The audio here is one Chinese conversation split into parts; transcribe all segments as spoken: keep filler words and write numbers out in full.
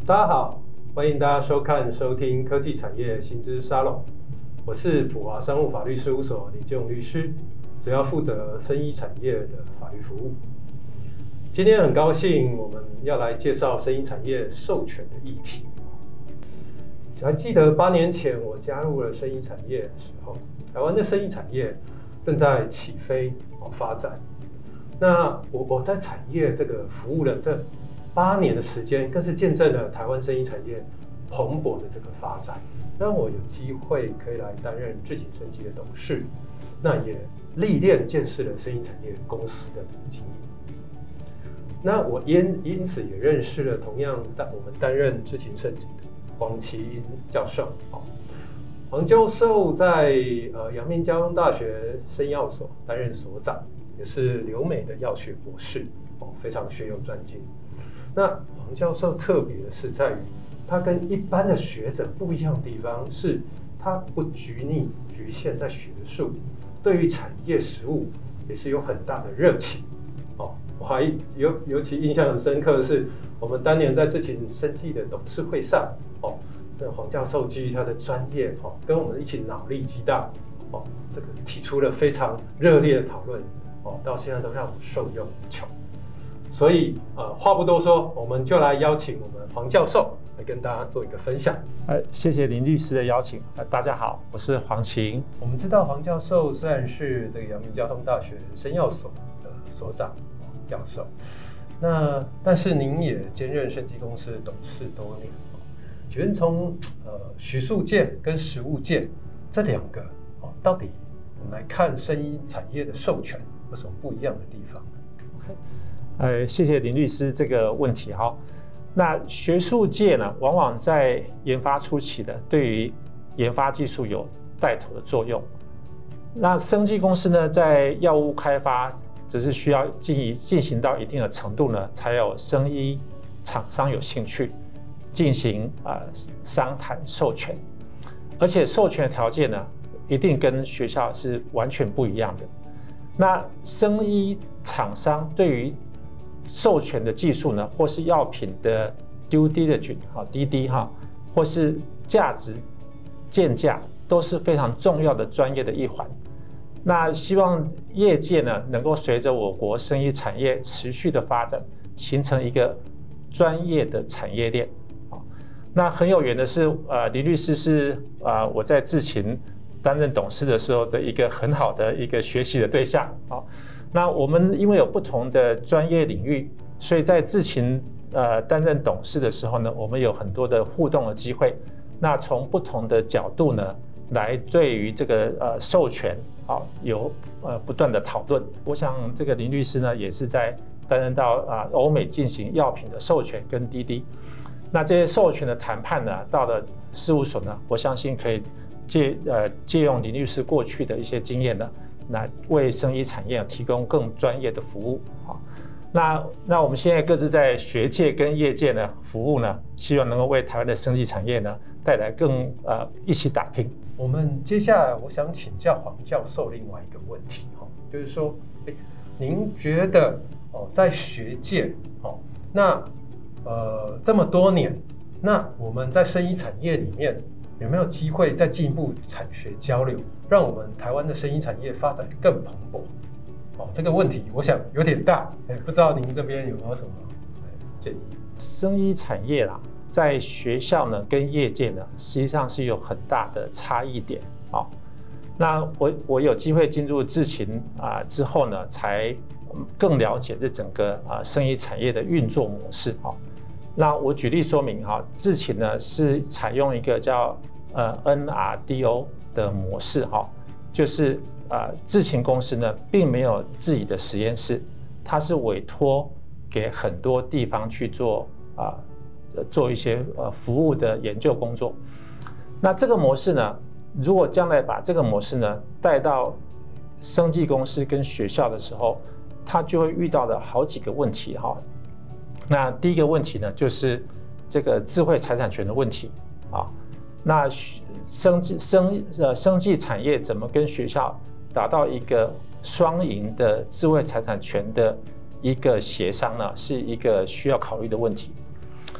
大家好，欢迎大家收看、收听科技产业新知沙龙。我是普华商务法律事务所李建勇律师，主要负责生医产业的法律服务。今天很高兴，我们要来介绍生医产业授权的议题。还记得八年前我加入了生医产业的时候，台湾的生医产业正在起飞发展。那我我在产业这个服务了这八年的时间，更是见证了台湾生医产业蓬勃的这个发展，让我有机会可以来担任智景生技的董事，那也历练见识了生医产业公司的这个经营。那我因因此也认识了同样我们担任智景生技的黄奇英教授。黄教授在呃阳明交通大学生药所担任所长，也是留美的药学博士，哦，非常学有专精。那黄教授特别的是在于，他跟一般的学者不一样的地方是，他不拘泥局限在学术，对于产业实务也是有很大的热情。哦，我还尤尤其印象很深刻的是，我们当年在智景生技的董事会上，哦，那黄教授基于他的专业，哦，跟我们一起脑力激荡，哦，这个提出了非常热烈的讨论，哦，到现在都让我受用无穷。所以，呃，话不多说，我们就来邀请我们黄教授来跟大家做一个分享。 呃，谢谢林律师的邀请。呃，大家好，我是黄奇。 我们知道黄教授虽然是这个阳明交通大学生药所的所长教授，那但是您也兼任生技公司的董事多年。请问从呃学术界跟实务界这两个哦，到底我们来看生医产业的授权有什么不一样的地方呢 ？OK。 呃，谢谢林律师这个问题哈。那学术界呢，往往在研发初期的，对于研发技术有带头的作用。那生技公司呢，在药物开发只是需要进进行到一定的程度呢，才有生医厂商有兴趣进行呃商谈授权，而且授权条件呢，一定跟学校是完全不一样的。那生医厂商对于授权的技术呢，或是药品的 due diligence 哈 D D 哈，或是价值鉴价，都是非常重要的专业的一环。那希望业界呢，能够随着我国生医产业持续的发展，形成一个专业的产业链。那很有缘的是，呃，林律师是呃我在智勤担任董事的时候的一个很好的一个学习的对象啊。那我们因为有不同的专业领域，所以在智勤呃担任董事的时候呢，我们有很多的互动的机会。那从不同的角度呢，来对于这个呃授权啊有呃不断的讨论。我想这个林律师呢，也是在担任到啊欧美进行药品的授权跟 D D。那这些授权的谈判呢，到了事务所呢，我相信可以借呃借用林律师过去的一些经验呢，来为生医产业提供更专业的服务啊。那那我们现在各自在学界跟业界呢服务呢，希望能够为台湾的生技产业呢带来更呃一起打拼。 我们接下来我想请教黄教授另外一个问题哈，就是说，哎，您觉得哦，在学界哦，那呃这么多年，那我们在生医产业里面有没有机会再进一步产学交流，让我们台湾的生医产业发展更蓬勃？哦，这个问题我想有点大，不知道您这边有没有什么建议？ 生医产业啦，在学校呢跟业界呢，实际上是有很大的差异点啊、哦。那我我有机会进入智勤啊、呃、之后呢，才更了解这整个啊、呃、生医产业的运作模式啊、哦。那我举例说明哈，智勤呢是采用一个叫呃 N R D O 的模式哈，就是呃智勤公司呢并没有自己的实验室，它是委托给很多地方去做啊、呃、做一些呃服务的研究工作。那这个模式呢，如果将来把这个模式呢带到生技公司跟学校的时候，它就会遇到的好几个问题哈。那第一个问题呢，就是这个智慧财产权的问题啊。那生技生呃生技产业怎么跟学校达到一个双赢的智慧财产权的一个协商呢？是一个需要考虑的问题。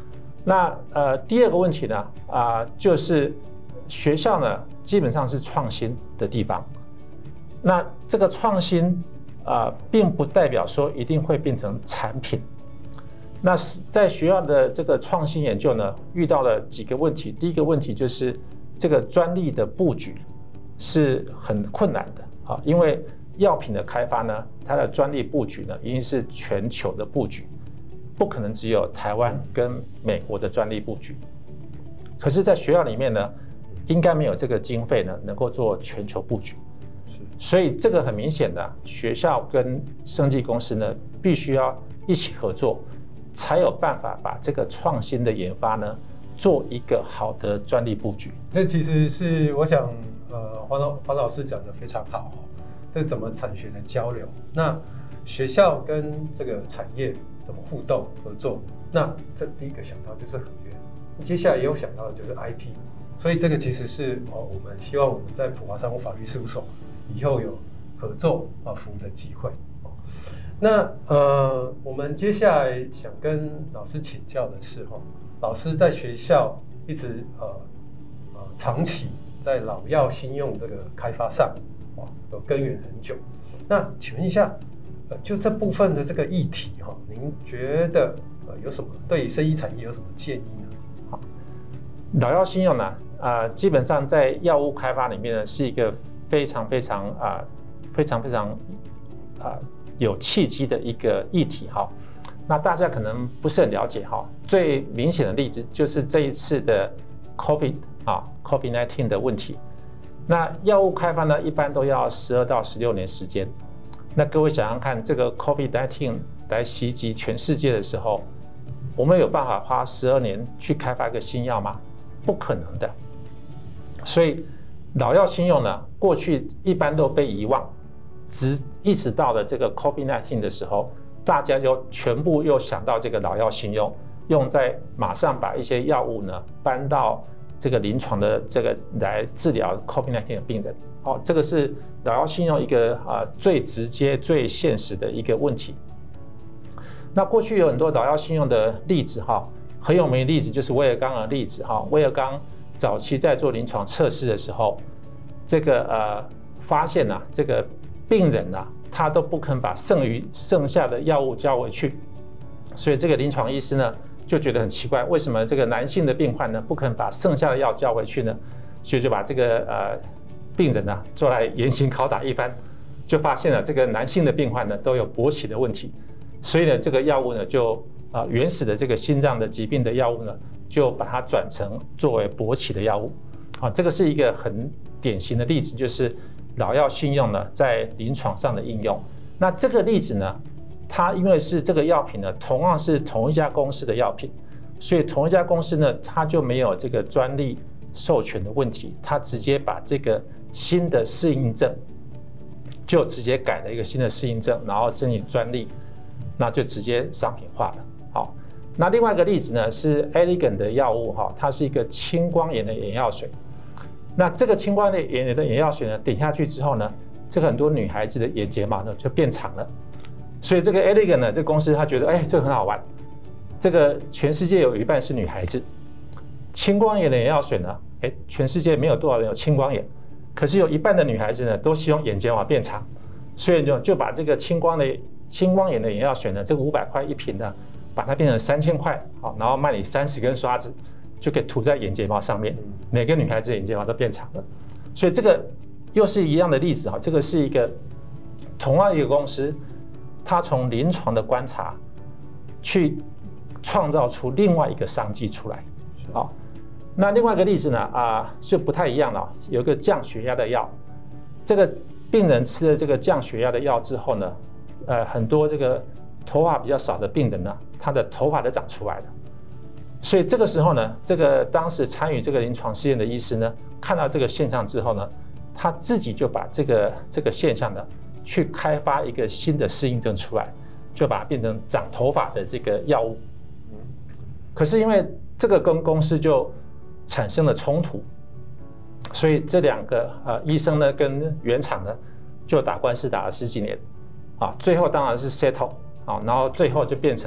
那呃第二个问题呢啊、呃、就是学校呢基本上是创新的地方，那这个创新啊、呃、并不代表说一定会变成产品。那在学校的这个创新研究呢，遇到了几个问题。第一个问题就是这个专利的布局是很困难的啊，因为药品的开发呢，它的专利布局呢，一定是全球的布局，不可能只有台湾跟美国的专利布局。可是，在学校里面呢，应该没有这个经费呢，能够做全球布局。所以这个很明显的，学校跟生技公司呢，必须要一起合作，才有办法把这个创新的研发呢，做一个好的专利布局。 这其实是我想，呃，黄老黄老师讲的非常好，这怎么产学的交流？那学校跟这个产业怎么互动合作？那这第一个想到就是合约，接下来也有想到的就是 I P， 所以这个其实是哦，我们希望我们在普华商务法律事务所以后有合作啊服务的机会。那呃，我们接下来想跟老师请教的是哈，老师在学校一直呃呃长期在老药新用这个开发上哇有耕耘很久。那请问一下，呃，就这部分的这个议题哈，您觉得呃有什么对生医产业有什么建议呢？ 好，老药新用呢，啊、呃，基本上在药物开发里面呢，是一个非常非常啊、呃、非常非常啊。呃有契机的一个议题哈，那大家可能不是很了解哈。最明显的例子就是这一次的 COVID 啊 COVID 十九 的问题。那药物开发呢，一般都要十二到十六年时间。那各位想想看，这个 COVID 十九 来袭击全世界的时候，我们有办法花十二年去开发一个新药吗？不可能的。所以老药新用呢，过去一般都被遗忘。直一直到了这个 COVID 十九 的时候，大家就全部又想到这个老药新用，用在马上把一些药物呢搬到这个临床的这个来治疗 COVID 十九 的病人。好、哦，这个是老药新用一个啊、呃、最直接、最现实的一个问题。那过去有很多老药新用的例子哈，很有名的例子就是威尔刚的例子哈。威尔刚早期在做临床测试的时候，这个呃发现啊这个。病人啊，他都不肯把剩余剩下的药物交回去，所以这个临床医师呢就觉得很奇怪，为什么这个男性的病患呢不肯把剩下的药交回去呢？所以就把这个呃病人啊做来严刑拷打一番，就发现了这个男性的病患呢都有勃起的问题，所以呢这个药物呢就啊、呃、原始的这个心脏的疾病的药物呢就把它转成作为勃起的药物，啊，这个是一个很典型的例子，就是。老药新用呢，在临床上的应用。那这个例子呢，它因为是这个药品呢，同样是同一家公司的药品，所以同一家公司呢，它就没有这个专利授权的问题，它直接把这个新的适应症，就直接改了一个新的适应症，然后申请专利，那就直接商品化了。好，那另外一个例子呢，是 Allergan 的药物哈，它是一个青光眼的眼药水。那这个青光眼的眼药水呢，点下去之后呢，这个很多女孩子的眼睫毛呢就变长了。所以这个 Allergan 呢，这个公司他觉得，哎，这个很好玩。这个全世界有一半是女孩子，青光眼的眼药水呢，哎，全世界没有多少人有青光眼，可是有一半的女孩子呢都希望眼睫毛变长，所以就就把这个青光的青光眼的眼药水呢，这个五百块一瓶呢，把它变成三千块，好，然后卖你三十根刷子。就可以涂在眼睫毛上面，每个女孩子的眼睫毛都变长了，所以这个又是一样的例子哈。这个是一个同样一个公司，它从临床的观察去创造出另外一个商机出来。好，那另外一个例子呢啊就不太一样了，有一个降血压的药，这个病人吃了这个降血压的药之后呢，呃很多这个头发比较少的病人呢，他的头发都长出来了。所以这个时候呢，这个当时参与这个临床试验的医师呢，看到这个现象之后呢，他自己就把这个这个现象呢，去开发一个新的适应症出来，就把它变成长头发的这个药物。可是因为这个跟公司就产生了冲突，所以这两个呃医生呢跟原厂呢就打官司打了十几年，啊，最后当然是 settle 啊，然后最后就变成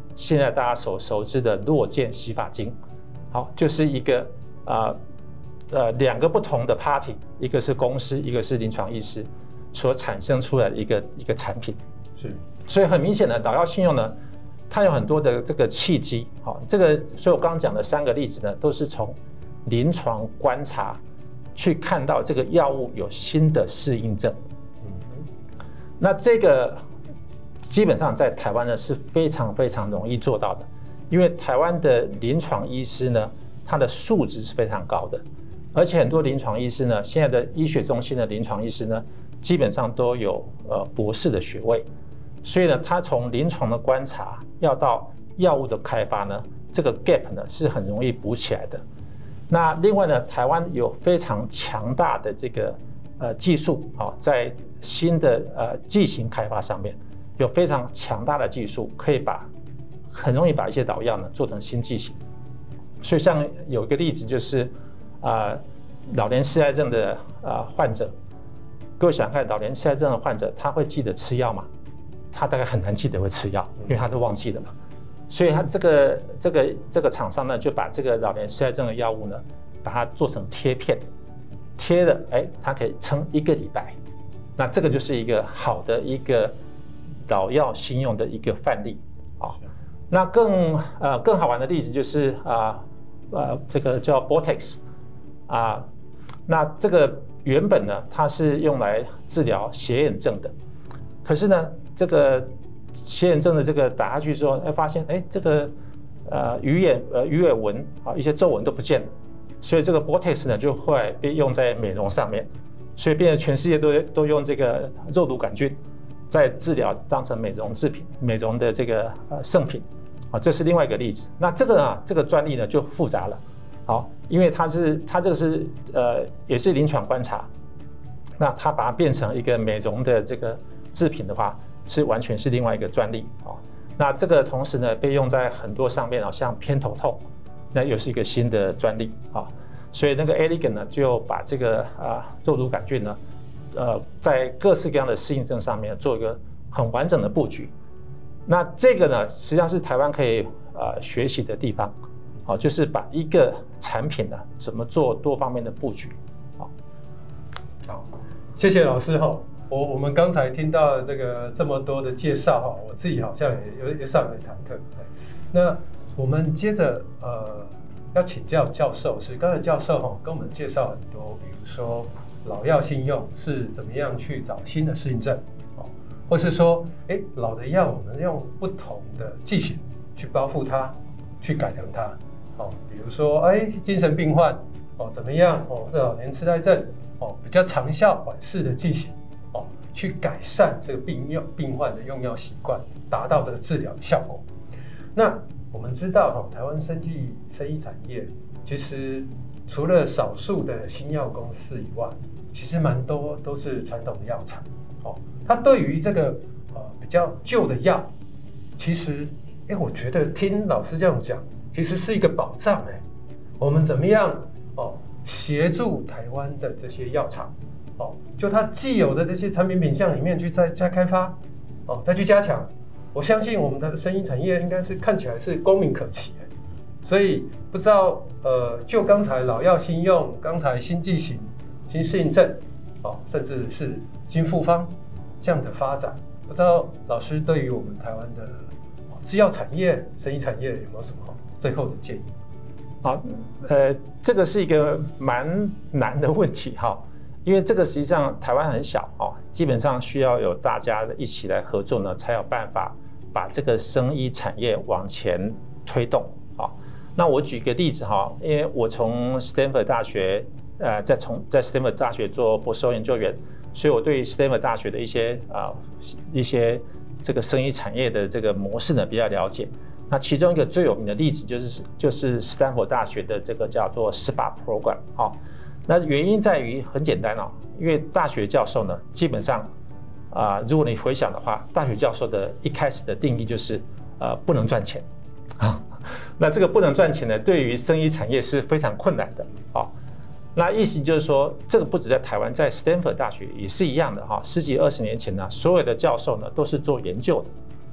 现在大家所熟知的落健洗发精，好，就是一个呃呃两个不同的 party， 一个是公司，一个是临床医师所产生出来的一个一个产品。 是， 所以很明显的，老药信用呢，它有很多的这个契机，好，这个所以我刚刚讲的三个例子呢，都是从临床观察去看到这个药物有新的适应症。嗯，那这个基本上在台湾呢是非常非常容易做到的，因为台湾的临床医师呢，他的素质是非常高的，而且很多临床医师呢，现在的医学中心的临床医师呢，基本上都有呃博士的学位。所以呢，他从临床的观察要到药物的开发呢，这个 gap 呢是很容易补起来的。那另外呢，台湾有非常强大的这个呃技术啊、哦，在新的呃剂型开发上面有非常强大的技术，可以把很容易把一些老药呢做成新剂型。所以像有一个例子就是啊、呃，老年痴呆症的啊、呃、患者，各位想想看，老年痴呆症的患者他会记得吃药吗？他大概很难记得会吃药，因为他都忘记了嘛。所以他这个这个这个厂商呢，就把这个老年痴呆症的药物呢，把它做成贴片，贴的，哎，它可以撑一个礼拜。那这个就是一个好的一个老药新用的一个范例啊。那更呃更好玩的例子就是啊呃这个叫 Bortex 啊，那这个原本呢，它是用来治疗斜眼症的。可是呢，这个斜眼症的这个打下去之后，哎，发现哎，这个呃鱼眼呃鱼尾纹啊一些皱纹都不见了，所以这个 Bortex 呢就后来被用在美容上面，所以变成全世界都都用这个肉毒杆菌在治疗，当成美容制品、美容的这个呃圣品啊，这是另外一个例子。那这个啊这个专利呢就复杂了，好，因为它是它这个是呃也是临床观察，那它把它变成一个美容的这个制品的话，是完全是另外一个专利啊。那这个同时呢，被用在很多上面啊，像偏头痛，那又是一个新的专利啊。所以那个 Allergan 呢，就把这个啊肉毒杆菌呢，呃，在各式各样的适应症上面做一个很完整的布局。那这个呢，实际上是台湾可以呃学习的地方，好，就是把一个产品呢怎么做多方面的布局。好， 好，谢谢老师哈。我我们刚才听到这个这么多的介绍哈，我自己好像也有也上了一堂课。那我们接着呃要请教教授，是刚才教授哈跟我们介绍很多，比如说老药新用是怎么样去找新的适应症，哦，或是说哎老的药我们用不同的剂型去包覆它，去改良它，哦，比如说哎精神病患哦怎么样哦，或者老年痴呆症哦比较长效缓释的剂型。去改善这个病用病患的用药习惯，达到这个治疗的效果。那我们知道哈，台湾生技生医产业其实除了少数的新药公司以外，其实蛮多都是传统的药厂。哦，它对于这个呃比较旧的药，其实哎，我觉得听老师这样讲，其实是一个保障哎。我们怎么样哦协助台湾的这些药厂？哦，就它既有的这些产品品项里面去再再开发，哦，再去加强。我相信我们的生医产业应该是看起来是光明可期的。所以不知道呃，就刚才老药新用，刚才新剂型、新适应症，哦，甚至是新复方这样的发展，不知道老师对于我们台湾的制药产业、生医产业有没有什么最后的建议？ 好，呃，这个是一个蛮难的问题哈。因为这个实际上台湾很小哦，基本上需要有大家一起来合作呢，才有办法把这个生医产业往前推动啊。那我举个例子哈，因为我从 Stanford 大学呃在从在 Stanford 大学做博士后研究员，所以我对 Stanford 大学的一些啊、呃、一些这个生医产业的这个模式呢比较了解。那其中一个最有名的例子就是就是斯坦福大学的这个叫做 S P A program 啊。那原因在于很简单哦，因为大学教授呢，基本上啊、呃，如果你回想的话，大学教授的一开始的定义就是呃不能赚钱啊。那这个不能赚钱呢，对于生医产业是非常困难的啊。那意思就是说，这个不止在台湾，在斯坦福大学也是一样的哈。十几二十年前呢，所有的教授呢都是做研究的。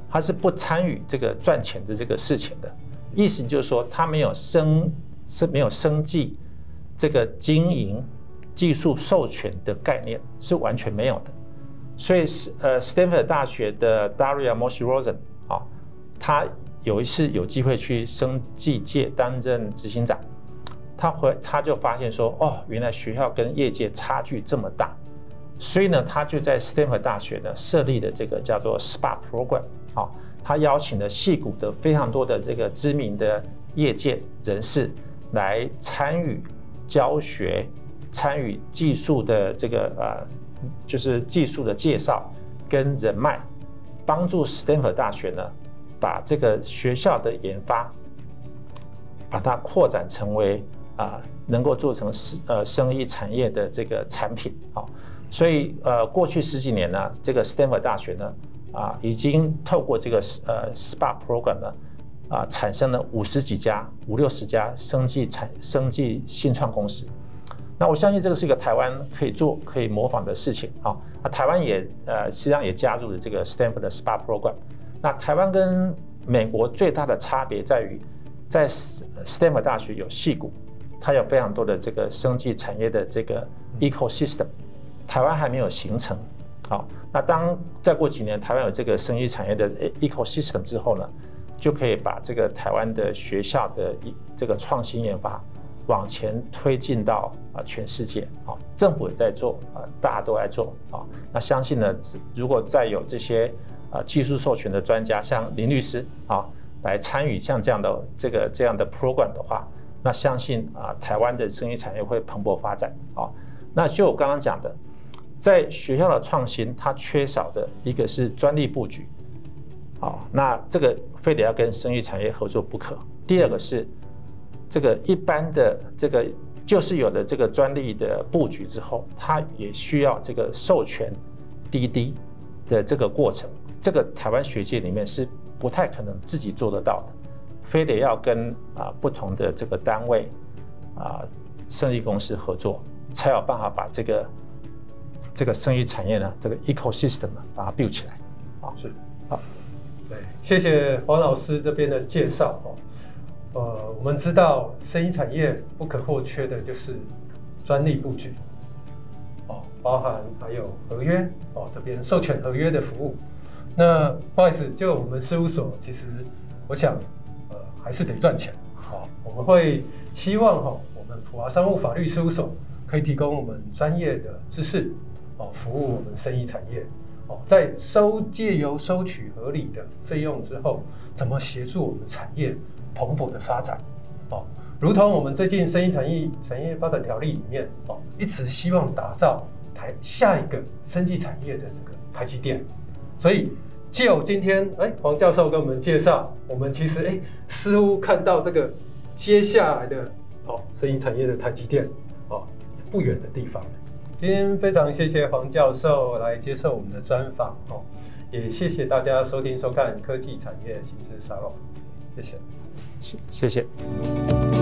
他是不参与这个赚钱的这个事情的。意思就是说，他没有生是没有生计这个经营技术授权的概念是完全没有的。所以呃 ，Stanford 大学的 Daria Moshe-Rosen 啊，他有一次有机会去生技界担任执行长，他回他就发现说，哦，原来学校跟业界差距这么大，所以呢，他就在 Stanford 大学呢设立的这个叫做 S P A Program 啊，他邀请了矽谷的非常多的这个知名的业界人士来参与教学，参与技术的这个呃。就是技术的介绍跟人脉，帮助 Stanford 大学呢，把这个学校的研发，把它扩展成为啊、呃、能够做成呃生医产业的这个产品啊、哦。所以呃过去十几年呢，这个 Stanford 大学呢啊、呃、已经透过这个呃 S P A Program 呢啊、呃、产生了五十几家、五六十家生技产生技新创公司。那我相信这个是一个台湾可以做、可以模仿的事情啊。那台湾也呃实际上也加入了这个 Stanford 的 S P A Program。那台湾跟美国最大的差别在于，在 Stanford 大学有矽谷，它有非常多的这个生技产业的这个 ecosystem， 台湾还没有形成。好，那当再过几年台湾有这个生技产业的 ecosystem 之后呢，就可以把这个台湾的学校的这个创新研发往前推进到啊全世界啊，政府也在做啊，大家都在做啊。那相信呢，如果再有这些啊技术授权的专家，像林律师啊来参与像这样的这个这样的 program 的话，那相信啊台湾的生医产业会蓬勃发展啊。那就我刚刚讲的，在学校的创新，它缺少的一个是专利布局，啊，那这个非得要跟生医产业合作不可。第二个是这个一般的这个就是有了这个专利的布局之后，它也需要这个授权滴滴的这个过程，这个台湾学界里面是不太可能自己做得到的，非得要跟啊不同的这个单位啊生意公司合作，才有办法把这个这个生意产业呢这个 ecosystem 把它 build 起来。 啊，是好，对，谢谢黄老师这边的介绍哦。呃，我们知道生医产业不可或缺的就是专利布局，哦，包含还有合约哦，这边授权合约的服务。那不好意思，就我们事务所，其实我想，呃，还是得赚钱。好、哦，我们会希望哈、哦，我们普华商务法律事务所可以提供我们专业的知识，哦，服务我们生医产业。哦，在收借由收取合理的费用之后，怎么协助我们产业蓬勃的发展？哦，如同我们最近生医产业产业发展条例里面，哦，一直希望打造台下一个生技产业的这个台积电。所以，就今天，哎，黄教授跟我们介绍，我们其实哎，似乎看到这个接下来的哦，生医产业的台积电，哦，不远的地方。今天非常谢谢黄教授来接受我们的专访哦，也谢谢大家收听收看科技产业新知沙龙，谢谢， 谢谢谢。